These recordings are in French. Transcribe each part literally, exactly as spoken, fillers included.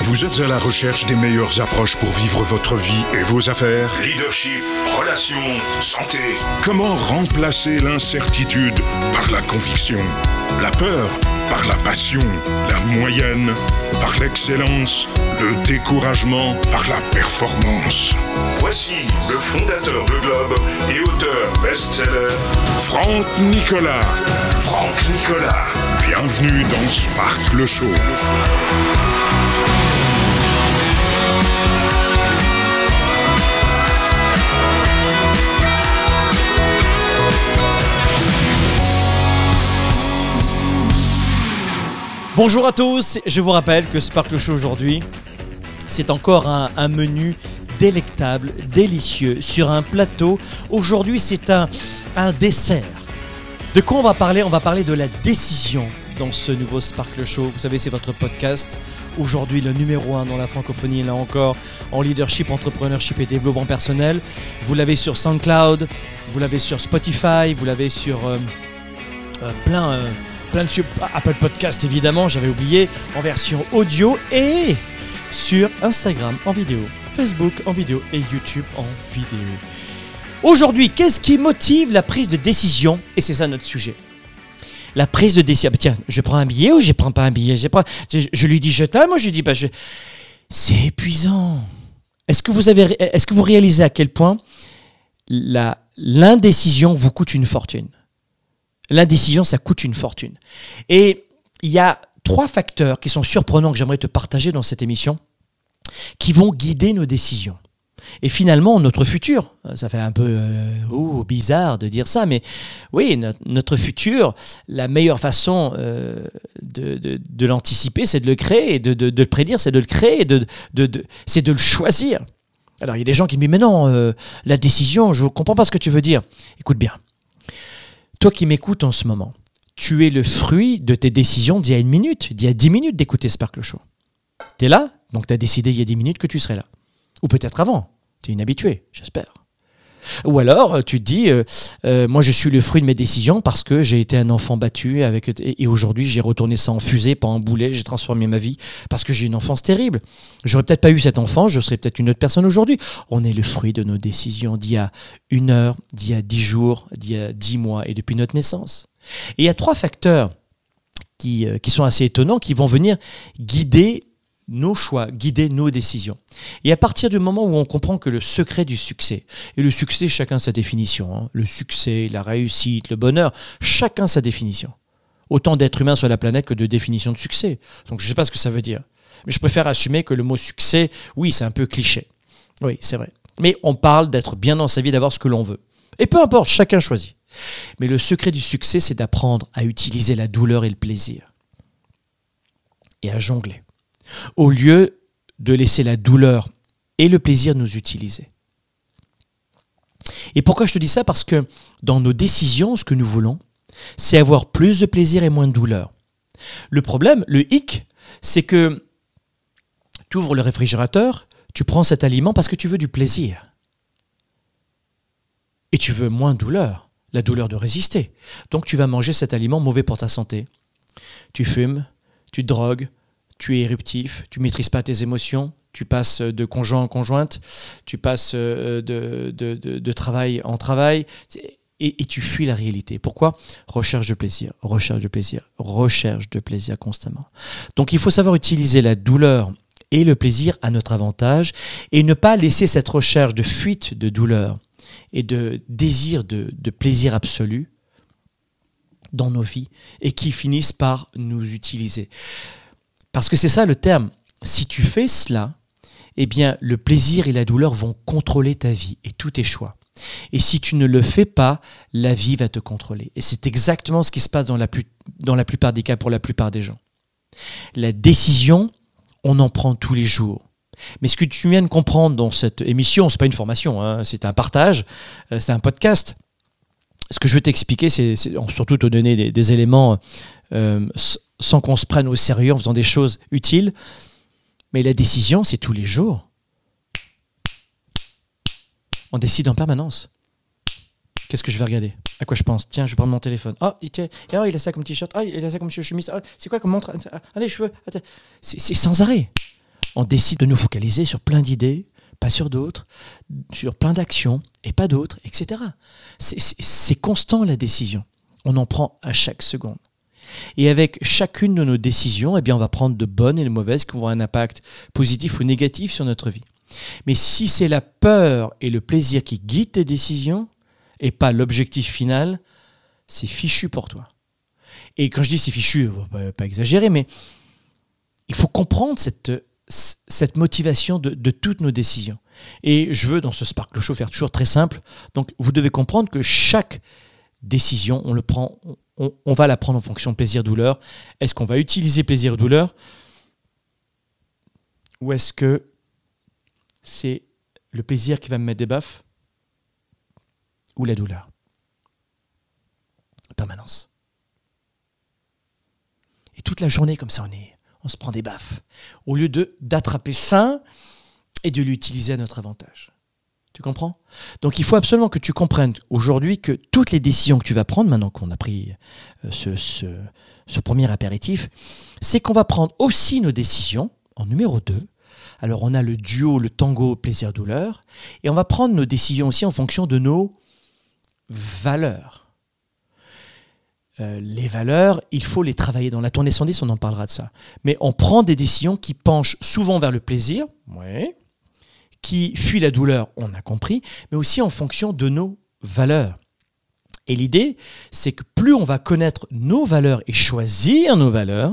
Vous êtes à la recherche des meilleures approches pour vivre votre vie et vos affaires? Leadership, relations, santé. Comment remplacer l'incertitude par la conviction? La peur par la passion? La moyenne par l'excellence? Le découragement par la performance? Voici le fondateur de Globe et auteur best-seller, Franck Nicolas. Franck Nicolas. Bienvenue dans Spark le Show. Bonjour à tous, je vous rappelle que Spark le Show aujourd'hui, c'est encore un, un menu délectable, délicieux, sur un plateau. Aujourd'hui, c'est un, un dessert. De quoi on va parler? On va parler de la décision dans ce nouveau Spark le Show. Vous savez, c'est votre podcast. Aujourd'hui, le numéro un dans la francophonie, là encore, en leadership, entrepreneurship et développement personnel. Vous l'avez sur SoundCloud, vous l'avez sur Spotify, vous l'avez sur euh, euh, plein... Euh, plein de sur Apple Podcast évidemment, j'avais oublié, en version audio et sur Instagram en vidéo, Facebook en vidéo et YouTube en vidéo. Aujourd'hui, qu'est-ce qui motive la prise de décision? Et c'est ça notre sujet. La prise de décision. Bah tiens, je prends un billet ou je prends pas un billet? Je, prends, je, je lui dis je t'aime, moi je lui dis bah je... C'est épuisant. Est-ce que vous avez, est-ce que vous réalisez à quel point la, l'indécision vous coûte une fortune? L'indécision, ça coûte une fortune. Et il y a trois facteurs qui sont surprenants que j'aimerais te partager dans cette émission, qui vont guider nos décisions. Et finalement, notre futur, ça fait un peu euh, oh, bizarre de dire ça, mais oui, notre, notre futur, la meilleure façon euh, de, de, de l'anticiper, c'est de le créer, de, de, de le prédire, c'est de le créer, de, de, de, c'est de le choisir. Alors, il y a des gens qui me disent, mais non, euh, la décision, je ne comprends pas ce que tu veux dire. Écoute bien. Toi qui m'écoutes en ce moment, tu es le fruit de tes décisions d'il y a une minute, d'il y a dix minutes d'écouter Spark le Show. Tu es là, donc tu as décidé il y a dix minutes que tu serais là. Ou peut-être avant, tu es inhabitué, j'espère. Ou alors, tu te dis, euh, euh, moi je suis le fruit de mes décisions parce que j'ai été un enfant battu avec, et, et aujourd'hui j'ai retourné ça en fusée, pas en boulet, j'ai transformé ma vie parce que j'ai une enfance terrible. J'aurais peut-être pas eu cette enfance, je serais peut-être une autre personne aujourd'hui. On est le fruit de nos décisions d'il y a une heure, d'il y a dix jours, d'il y a dix mois et depuis notre naissance. Et il y a trois facteurs qui, euh, qui sont assez étonnants, qui vont venir guider nos choix, guider nos décisions. Et à partir du moment où on comprend que le secret du succès, et le succès, chacun sa définition, hein, le succès, la réussite, le bonheur, chacun sa définition. Autant d'êtres humains sur la planète que de définition de succès. Donc je ne sais pas ce que ça veut dire. Mais je préfère assumer que le mot succès, oui, c'est un peu cliché. Oui, c'est vrai. Mais on parle d'être bien dans sa vie, d'avoir ce que l'on veut. Et peu importe, chacun choisit. Mais le secret du succès, c'est d'apprendre à utiliser la douleur et le plaisir. Et à jongler. Au lieu de laisser la douleur et le plaisir nous utiliser. Et pourquoi je te dis ça? Parce que dans nos décisions, ce que nous voulons, c'est avoir plus de plaisir et moins de douleur. Le problème, le hic, c'est que tu ouvres le réfrigérateur, tu prends cet aliment parce que tu veux du plaisir. Et tu veux moins de douleur, la douleur de résister. Donc tu vas manger cet aliment mauvais pour ta santé. Tu fumes, tu te drogues, tu es éruptif, tu ne maîtrises pas tes émotions, tu passes de conjoint en conjointe, tu passes de, de, de, de travail en travail et, et tu fuis la réalité. Pourquoi? Recherche de plaisir, recherche de plaisir, recherche de plaisir constamment. Donc il faut savoir utiliser la douleur et le plaisir à notre avantage et ne pas laisser cette recherche de fuite de douleur et de désir de, de plaisir absolu dans nos vies et qui finissent par nous utiliser. Parce que c'est ça le terme. Si tu fais cela, eh bien, le plaisir et la douleur vont contrôler ta vie et tous tes choix. Et si tu ne le fais pas, la vie va te contrôler. Et c'est exactement ce qui se passe dans la, plus, dans la plupart des cas pour la plupart des gens. La décision, on en prend tous les jours. Mais ce que tu viens de comprendre dans cette émission, ce n'est pas une formation, hein, c'est un partage, c'est un podcast. Ce que je veux t'expliquer, c'est, c'est surtout te donner des, des éléments euh, sans qu'on se prenne au sérieux en faisant des choses utiles. Mais la décision, c'est tous les jours. On décide en permanence. Qu'est-ce que je vais regarder? À quoi je pense? Tiens, je vais prendre mon téléphone. Ah, il, oh, il a ça comme t-shirt. Ah, il a ça comme chemise. Ah, c'est quoi comme montre? Ah, les cheveux. C'est, c'est sans arrêt. On décide de nous focaliser sur plein d'idées, pas sur d'autres, sur plein d'actions et pas d'autres, et cetera. C'est, c'est, c'est constant la décision. On en prend à chaque seconde. Et avec chacune de nos décisions, eh bien, on va prendre de bonnes et de mauvaises qui vont avoir un impact positif ou négatif sur notre vie. Mais si c'est la peur et le plaisir qui guident tes décisions et pas l'objectif final, c'est fichu pour toi. Et quand je dis c'est fichu, on va pas exagérer, mais il faut comprendre cette, cette motivation de, de toutes nos décisions. Et je veux, dans ce Sparkle Show, faire toujours très simple. Donc, vous devez comprendre que chaque décision, on, le prend, on, on va la prendre en fonction de plaisir-douleur. Est-ce qu'on va utiliser plaisir-douleur ou est-ce que c'est le plaisir qui va me mettre des baffes ou la douleur en permanence. Et toute la journée, comme ça, on, est, on se prend des baffes au lieu de, d'attraper ça et de l'utiliser à notre avantage. Tu comprends ? Donc, il faut absolument que tu comprennes aujourd'hui que toutes les décisions que tu vas prendre, maintenant qu'on a pris ce, ce, ce premier apéritif, c'est qu'on va prendre aussi nos décisions en numéro deux. Alors, on a le duo, le tango, plaisir-douleur. Et on va prendre nos décisions aussi en fonction de nos valeurs. Euh, les valeurs, il faut les travailler. Dans la tournée cent dix, on en parlera de ça. Mais on prend des décisions qui penchent souvent vers le plaisir, ouais, qui fuient la douleur, on a compris, mais aussi en fonction de nos valeurs. Et l'idée, c'est que plus on va connaître nos valeurs et choisir nos valeurs,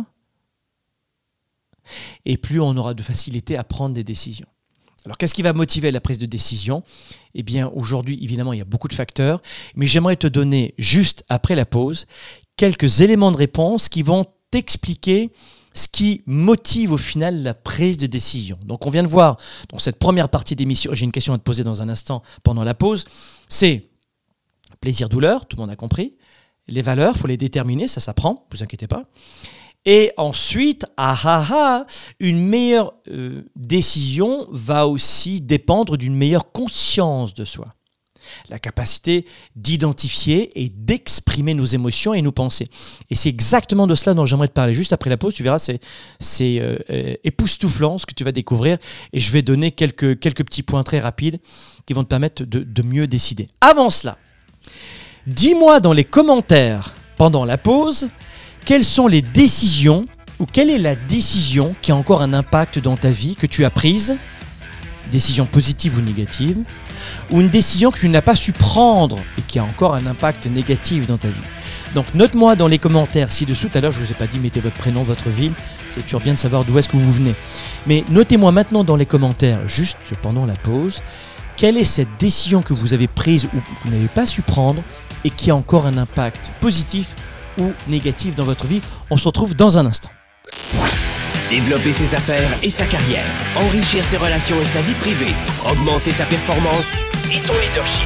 et plus on aura de facilité à prendre des décisions. Alors, qu'est-ce qui va motiver la prise de décision ? Eh bien, aujourd'hui, évidemment, il y a beaucoup de facteurs, mais j'aimerais te donner, juste après la pause, quelques éléments de réponse qui vont t'expliquer ce qui motive au final la prise de décision. Donc, on vient de voir dans cette première partie d'émission, j'ai une question à te poser dans un instant pendant la pause, c'est plaisir-douleur, tout le monde a compris. Les valeurs, il faut les déterminer, ça s'apprend, ne vous inquiétez pas. Et ensuite, ah ah ah, une meilleure euh, décision va aussi dépendre d'une meilleure conscience de soi. La capacité d'identifier et d'exprimer nos émotions et nos pensées. Et c'est exactement de cela dont j'aimerais te parler. Juste après la pause, tu verras, c'est, c'est euh, euh, époustouflant ce que tu vas découvrir. Et je vais donner quelques, quelques petits points très rapides qui vont te permettre de, de mieux décider. Avant cela, dis-moi dans les commentaires pendant la pause, quelles sont les décisions ou quelle est la décision qui a encore un impact dans ta vie que tu as prise, décision positive ou négative, ou une décision que tu n'as pas su prendre et qui a encore un impact négatif dans ta vie. Donc note-moi dans les commentaires ci-dessous, tout à l'heure je ne vous ai pas dit mettez votre prénom, votre ville, c'est toujours bien de savoir d'où est-ce que vous venez. Mais notez-moi maintenant dans les commentaires, juste pendant la pause, quelle est cette décision que vous avez prise ou que vous n'avez pas su prendre et qui a encore un impact positif ou négatif dans votre vie. On se retrouve dans un instant. Développer ses affaires et sa carrière, enrichir ses relations et sa vie privée, augmenter sa performance et son leadership.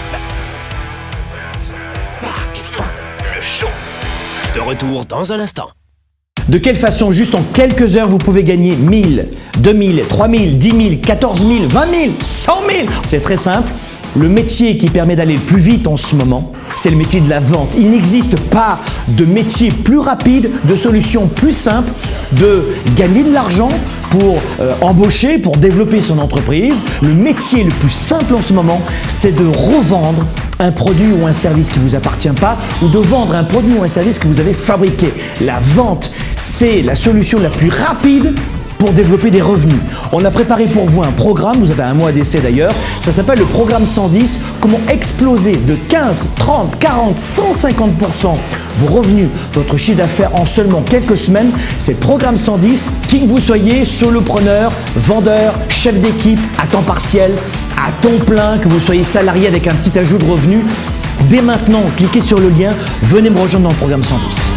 Spark, le show. De retour dans un instant. De quelle façon, juste en quelques heures, vous pouvez gagner mille, deux mille, trois mille, dix mille, quatorze mille, vingt mille, cent mille. C'est très simple. Le métier qui permet d'aller plus vite en ce moment, c'est le métier de la vente. Il n'existe pas de métier plus rapide, de solution plus simple, de gagner de l'argent pour euh, embaucher, pour développer son entreprise. Le métier le plus simple en ce moment, c'est de revendre un produit ou un service qui ne vous appartient pas ou de vendre un produit ou un service que vous avez fabriqué. La vente, c'est la solution la plus rapide pour développer des revenus. On a préparé pour vous un programme, vous avez un mois d'essai d'ailleurs, ça s'appelle le programme cent dix, comment exploser de quinze, trente, quarante, cent cinquante pour cent vos revenus, votre chiffre d'affaires en seulement quelques semaines. C'est le programme cent dix, qui que vous soyez, solopreneur, vendeur, chef d'équipe, à temps partiel, à temps plein, que vous soyez salarié avec un petit ajout de revenus. Dès maintenant, cliquez sur le lien, venez me rejoindre dans le programme cent dix.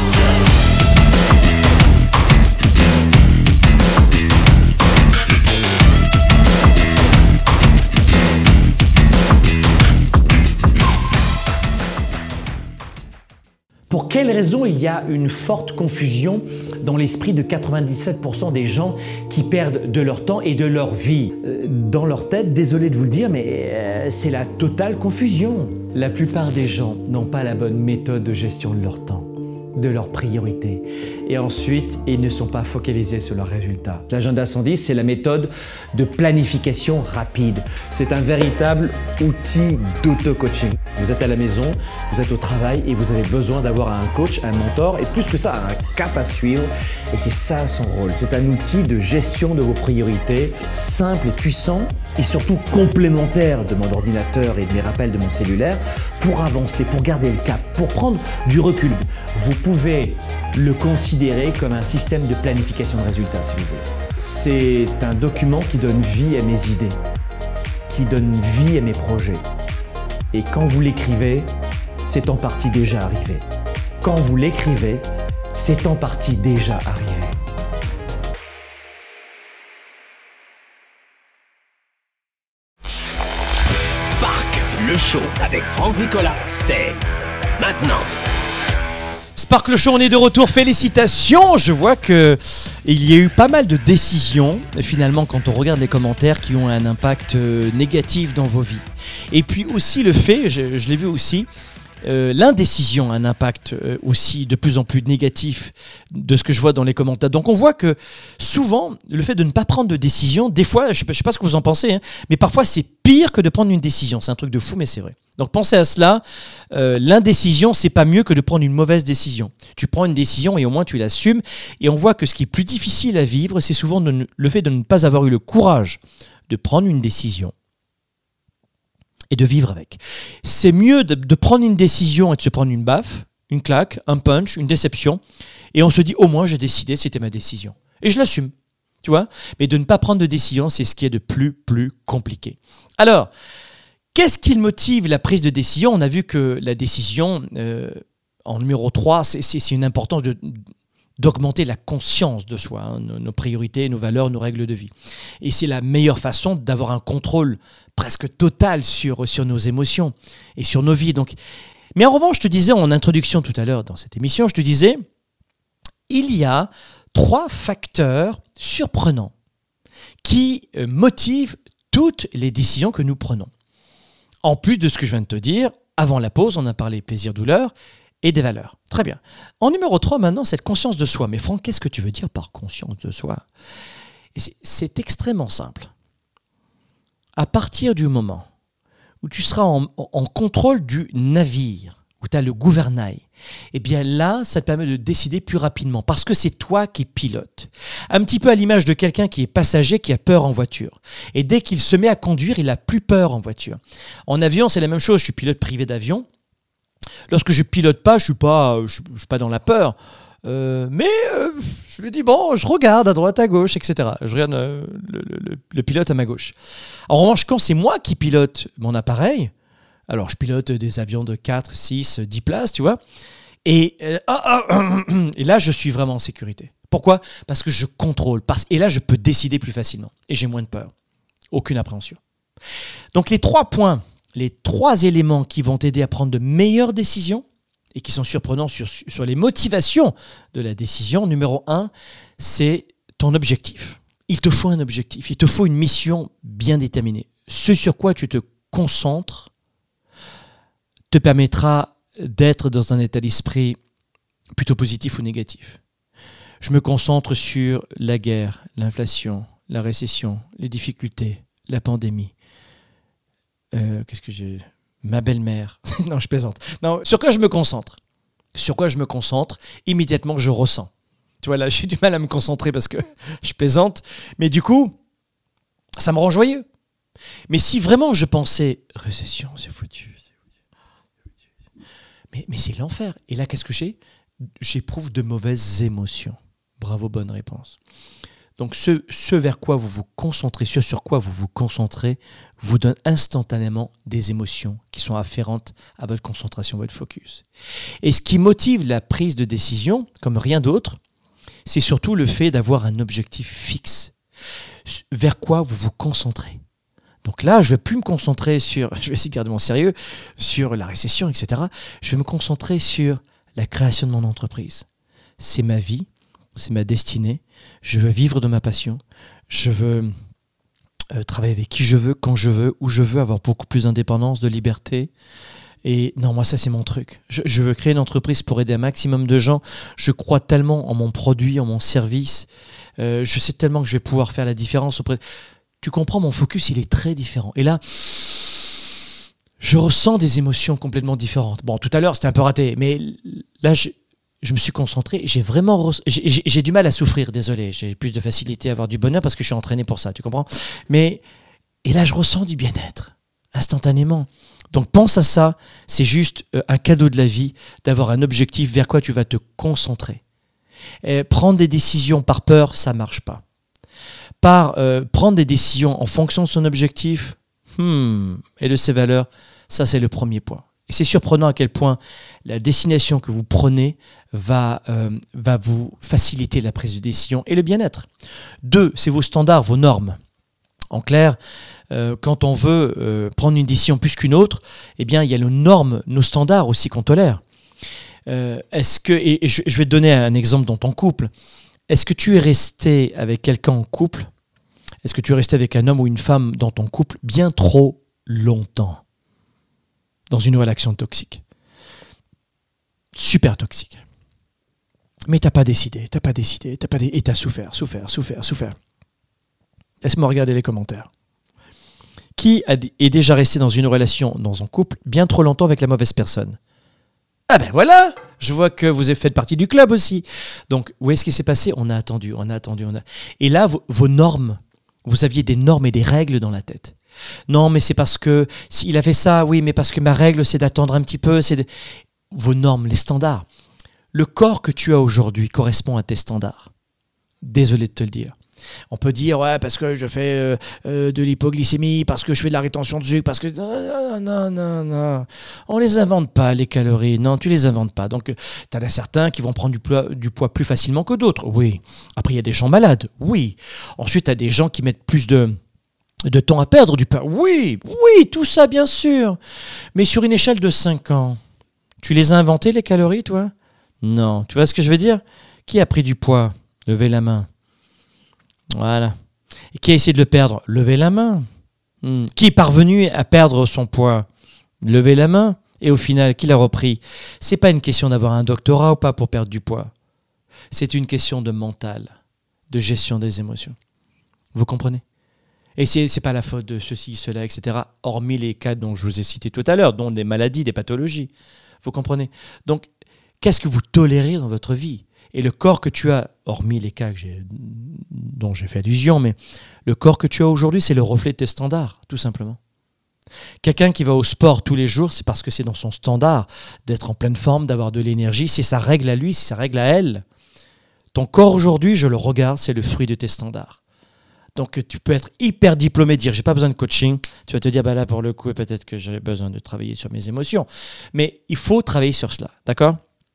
Pour quelles raisons il y a une forte confusion dans l'esprit de quatre-vingt-dix-sept pour cent des gens qui perdent de leur temps et de leur vie ? Dans leur tête, désolé de vous le dire, mais euh, c'est la totale confusion. La plupart des gens n'ont pas la bonne méthode de gestion de leur temps. de leurs priorités. Et ensuite, ils ne sont pas focalisés sur leurs résultats. L'agenda cent dix, c'est la méthode de planification rapide. C'est un véritable outil d'auto-coaching. Vous êtes à la maison, vous êtes au travail et vous avez besoin d'avoir un coach, un mentor et plus que ça, un cap à suivre. Et c'est ça son rôle. C'est un outil de gestion de vos priorités, simple et puissant et surtout complémentaire de mon ordinateur et de mes rappels de mon cellulaire pour avancer, pour garder le cap, pour prendre du recul. Vous pouvez le considérer comme un système de planification de résultats, si vous voulez. C'est un document qui donne vie à mes idées, qui donne vie à mes projets. Et quand vous l'écrivez, c'est en partie déjà arrivé. Quand vous l'écrivez, c'est en partie déjà arrivé. Spark, le show avec Franck Nicolas, c'est maintenant. Spark le show, on est de retour, félicitations. Je vois que il y a eu pas mal de décisions, finalement, quand on regarde les commentaires, qui ont un impact euh, négatif dans vos vies. Et puis aussi le fait, je, je l'ai vu aussi, euh, l'indécision a un impact euh, aussi de plus en plus négatif de ce que je vois dans les commentaires. Donc on voit que souvent, le fait de ne pas prendre de décision, des fois, je ne sais pas ce que vous en pensez, hein, mais parfois c'est pire que de prendre une décision. C'est un truc de fou, mais c'est vrai. Donc pensez à cela, euh, l'indécision, c'est pas mieux que de prendre une mauvaise décision. Tu prends une décision et au moins tu l'assumes. Et on voit que ce qui est plus difficile à vivre, c'est souvent de ne, le fait de ne pas avoir eu le courage de prendre une décision et de vivre avec. C'est mieux de, de prendre une décision et de se prendre une baffe, une claque, un punch, une déception, et on se dit au moins j'ai décidé, c'était ma décision. Et je l'assume, tu vois. Mais de ne pas prendre de décision, c'est ce qui est de plus, plus compliqué. Alors, qu'est-ce qui motive la prise de décision ? On a vu que la décision, euh, en numéro trois, c'est, c'est, c'est une importance de, d'augmenter la conscience de soi, hein, nos, nos priorités, nos valeurs, nos règles de vie. Et c'est la meilleure façon d'avoir un contrôle presque total sur, sur nos émotions et sur nos vies. Donc, mais en revanche, je te disais en introduction tout à l'heure dans cette émission, je te disais, il y a trois facteurs surprenants qui euh, motivent toutes les décisions que nous prenons. En plus de ce que je viens de te dire, avant la pause, on a parlé plaisir-douleur et des valeurs. Très bien. En numéro trois, maintenant, cette conscience de soi. Mais Franck, qu'est-ce que tu veux dire par conscience de soi ? Et c'est, c'est extrêmement simple. À partir du moment où tu seras en, en contrôle du navire, où tu as le gouvernail, eh bien là, ça te permet de décider plus rapidement parce que c'est toi qui pilotes. Un petit peu à l'image de quelqu'un qui est passager, qui a peur en voiture. Et dès qu'il se met à conduire, il n'a plus peur en voiture. En avion, c'est la même chose. Je suis pilote privé d'avion. Lorsque je pilote pas, je suis pas, je, je suis pas dans la peur. Euh, mais euh, je me dis, bon, je regarde à droite, à gauche, et cetera. Je regarde euh, le, le, le pilote à ma gauche. En revanche, quand c'est moi qui pilote mon appareil, alors je pilote des avions de quatre, six, dix places, tu vois, et, euh, ah, ah, et là, je suis vraiment en sécurité. Pourquoi ? Parce que je contrôle. Parce, et là, je peux décider plus facilement. Et j'ai moins de peur. Aucune appréhension. Donc, les trois points, les trois éléments qui vont t'aider à prendre de meilleures décisions, et qui sont surprenants sur, sur les motivations de la décision. Numéro un, c'est ton objectif. Il te faut un objectif, il te faut une mission bien déterminée. Ce sur quoi tu te concentres te permettra d'être dans un état d'esprit plutôt positif ou négatif. Je me concentre sur la guerre, l'inflation, la récession, les difficultés, la pandémie. Euh, qu'est-ce que j'ai... Ma belle-mère. Non, je plaisante. Non, sur quoi je me concentre ? Sur quoi je me concentre ? Immédiatement, je ressens. Tu vois, là, j'ai du mal à me concentrer parce que je plaisante. Mais du coup, ça me rend joyeux. Mais si vraiment je pensais « récession, c'est foutu, c'est foutu. » Mais, mais c'est l'enfer. Et là, qu'est-ce que j'ai ? J'éprouve de mauvaises émotions. Bravo, bonne réponse. Donc, ce, ce vers quoi vous vous concentrez, ce sur quoi vous vous concentrez, vous donne instantanément des émotions qui sont afférentes à votre concentration, votre focus. Et ce qui motive la prise de décision, comme rien d'autre, c'est surtout le fait d'avoir un objectif fixe. Vers quoi vous vous concentrez. Donc là, je ne vais plus me concentrer sur, je vais essayer de garder mon sérieux, sur la récession, et cetera. Je vais me concentrer sur la création de mon entreprise. C'est ma vie. C'est ma destinée, je veux vivre de ma passion, je veux euh, travailler avec qui je veux, quand je veux, où je veux, avoir beaucoup plus d'indépendance, de liberté. Et non, moi, ça, c'est mon truc. Je, je veux créer une entreprise pour aider un maximum de gens. Je crois tellement en mon produit, en mon service. Euh, je sais tellement que je vais pouvoir faire la différence auprès... Tu comprends, mon focus, il est très différent. Et là, je ressens des émotions complètement différentes. Bon, tout à l'heure, c'était un peu raté, mais là, je, je me suis concentré. J'ai vraiment... Re... J'ai, j'ai, j'ai du mal à souffrir, désolé. J'ai plus de facilité à avoir du bonheur parce que je suis entraîné pour ça, tu comprends? Mais... Et là, je ressens du bien-être, instantanément. Donc pense à ça, c'est juste un cadeau de la vie d'avoir un objectif vers quoi tu vas te concentrer. Et prendre des décisions par peur, ça ne marche pas. Par euh, prendre des décisions en fonction de son objectif hmm, et de ses valeurs, ça c'est le premier point. Et c'est surprenant à quel point la destination que vous prenez va, euh, va vous faciliter la prise de décision et le bien-être. Deux, c'est vos standards, vos normes. En clair, euh, quand on veut euh, prendre une décision plus qu'une autre, eh bien, il y a nos normes, nos standards aussi qu'on tolère. Euh, est-ce que, et je, je vais te donner un exemple dans ton couple. Est-ce que tu es resté avec quelqu'un en couple? Est-ce que tu es resté avec un homme ou une femme dans ton couple bien trop longtemps? Dans une relation toxique. Super toxique. Mais tu n'as pas décidé, tu n'as pas décidé, t'as pas dé- et tu as souffert, souffert, souffert, souffert. Laisse-moi regarder les commentaires. Qui est déjà resté dans une relation, dans un couple, bien trop longtemps avec la mauvaise personne? Ah ben voilà! Je vois que vous faites partie du club aussi. Donc, où est-ce qui s'est passé? On a attendu, on a attendu, on a... Et là, vos, vos normes, vous aviez des normes et des règles dans la tête. Non, mais c'est parce que... S'il a fait ça, oui, mais parce que ma règle, c'est d'attendre un petit peu. C'est de... Vos normes, les standards. Le corps que tu as aujourd'hui correspond à tes standards. Désolé de te le dire. On peut dire, ouais, parce que je fais euh, euh, de l'hypoglycémie, parce que je fais de la rétention de sucre, parce que... Non, non, non, non. On les invente pas, les calories. Non, tu les inventes pas. Donc, tu as certains qui vont prendre du poids, du poids plus facilement que d'autres. Oui. Après, il y a des gens malades. Oui. Ensuite, tu as des gens qui mettent plus de, de temps à perdre du poids. Oui, oui, tout ça, bien sûr. Mais sur une échelle de cinq ans, tu les as inventés, les calories, toi? Non. Tu vois ce que je veux dire? Qui a pris du poids? Levez la main. Voilà. Et qui a essayé de le perdre? Levez la main. Hmm. Qui est parvenu à perdre son poids? Levez la main. Et au final, qui l'a repris? C'est pas une question d'avoir un doctorat ou pas pour perdre du poids. C'est une question de mental, de gestion des émotions. Vous comprenez? Et c'est, c'est pas la faute de ceci, cela, et cetera. Hormis les cas dont je vous ai cités tout à l'heure, dont des maladies, des pathologies. Vous comprenez? Donc, qu'est-ce que vous tolérez dans votre vie? Et le corps que tu as, hormis les cas que j'ai, dont j'ai fait allusion, mais le corps que tu as aujourd'hui, c'est le reflet de tes standards, tout simplement. Quelqu'un qui va au sport tous les jours, c'est parce que c'est dans son standard d'être en pleine forme, d'avoir de l'énergie. C'est sa règle à lui, c'est sa règle à elle. Ton corps aujourd'hui, je le regarde, c'est le fruit de tes standards. Donc tu peux être hyper diplômé, dire j'ai pas besoin de coaching. Tu vas te dire bah là pour le coup peut-être que j'ai besoin de travailler sur mes émotions. Mais il faut travailler sur cela, d'accord ?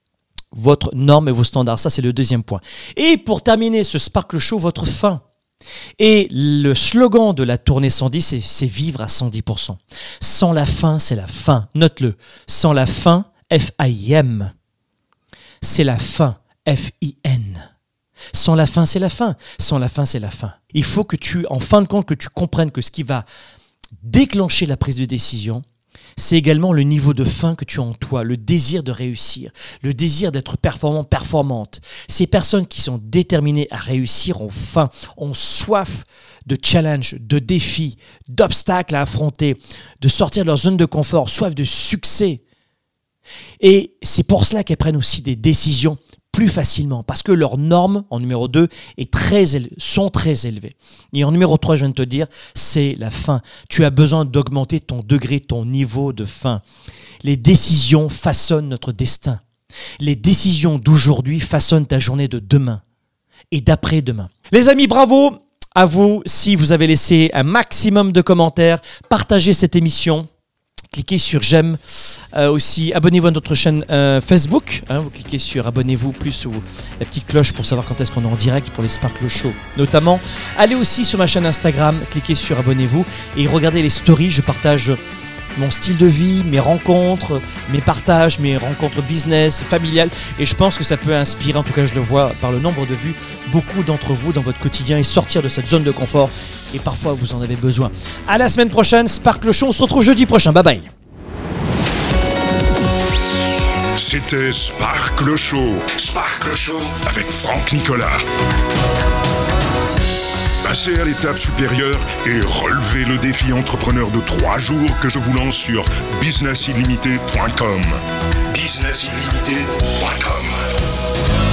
Votre norme et vos standards, ça c'est le deuxième point. Et pour terminer ce Sparkle Show, votre fin. Et le slogan de la tournée cent dix, c'est, c'est vivre à cent dix pour cent. Sans la fin, c'est la fin. Note-le. Sans la fin, F I M. C'est la fin, F I N. Sans la fin, c'est la fin. Sans la fin, c'est la fin. Il faut que tu, en fin de compte, que tu comprennes que ce qui va déclencher la prise de décision, c'est également le niveau de faim que tu as en toi, le désir de réussir, le désir d'être performant, performante. Ces personnes qui sont déterminées à réussir ont faim, ont soif de challenge, de défis, d'obstacles à affronter, de sortir de leur zone de confort, soif de succès. Et c'est pour cela qu'elles prennent aussi des décisions plus facilement, parce que leurs normes, en numéro deux, est très éle- sont très élevées. Et en numéro trois, je viens de te dire, c'est la faim. Tu as besoin d'augmenter ton degré, ton niveau de faim. Les décisions façonnent notre destin. Les décisions d'aujourd'hui façonnent ta journée de demain et d'après-demain. Les amis, bravo à vous si vous avez laissé un maximum de commentaires. Partagez cette émission. Cliquez sur j'aime, euh, aussi abonnez-vous à notre chaîne euh, Facebook, hein, vous cliquez sur abonnez-vous plus ou la petite cloche pour savoir quand est-ce qu'on est en direct pour les Sparkle Show notamment. Allez aussi sur ma chaîne Instagram, cliquez sur abonnez-vous et regardez les stories, je partage mon style de vie, mes rencontres, mes partages, mes rencontres business, familiales et je pense que ça peut inspirer, en tout cas je le vois par le nombre de vues, beaucoup d'entre vous dans votre quotidien et sortir de cette zone de confort et parfois vous en avez besoin. À la semaine prochaine, Sparkle Show, on se retrouve jeudi prochain, bye bye. C'était Sparkle Show. Sparkle Show avec Franck Nicolas. Passez à l'étape supérieure et relevez le défi entrepreneur de trois jours que je vous lance sur business illimité point com. business illimité point com